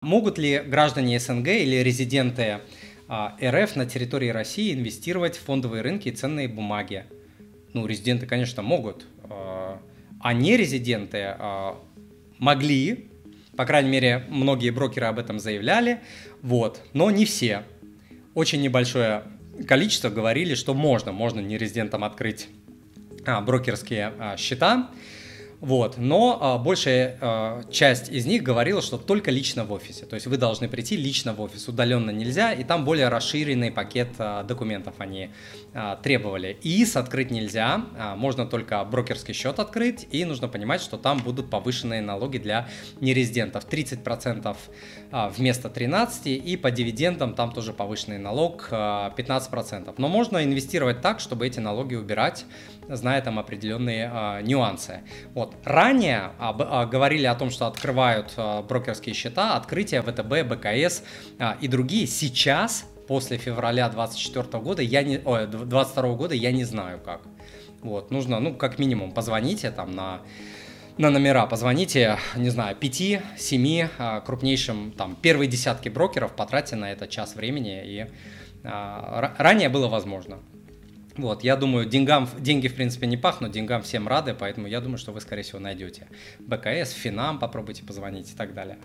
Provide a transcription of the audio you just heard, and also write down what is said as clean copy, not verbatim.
Могут ли граждане СНГ или резиденты РФ на территории России инвестировать в фондовые рынки и ценные бумаги? Ну, резиденты, конечно, могут, а не резиденты могли, по крайней мере, многие брокеры об этом заявляли, вот, но не все. Очень небольшое количество говорили, что можно нерезидентам открыть брокерские счета. Вот. Но большая часть из них говорила, что только лично в офисе. То есть вы должны прийти лично в офис, удаленно нельзя, и там более расширенный пакет документов они требовали. ИИС открыть нельзя, можно только брокерский счет открыть, и нужно понимать, что там будут повышенные налоги для нерезидентов. 30% вместо 13%, и по дивидендам там тоже повышенный налог 15%. Но можно инвестировать так, чтобы эти налоги убирать, зная там определенные нюансы. Вот. Ранее говорили о том, что открывают брокерские счета, открытие ВТБ, БКС и другие. Сейчас, после февраля 2022 года, я не знаю как. Вот. Нужно, как минимум, позвоните там на номера, позвоните, не знаю, 5-7 крупнейшим, там, первые десятки брокеров, потратьте на это час времени, и ранее было возможно. Вот, я думаю, деньги в принципе не пахнут, деньгам всем рады, поэтому я думаю, что вы, скорее всего, найдете БКС, Финам, попробуйте позвонить и так далее.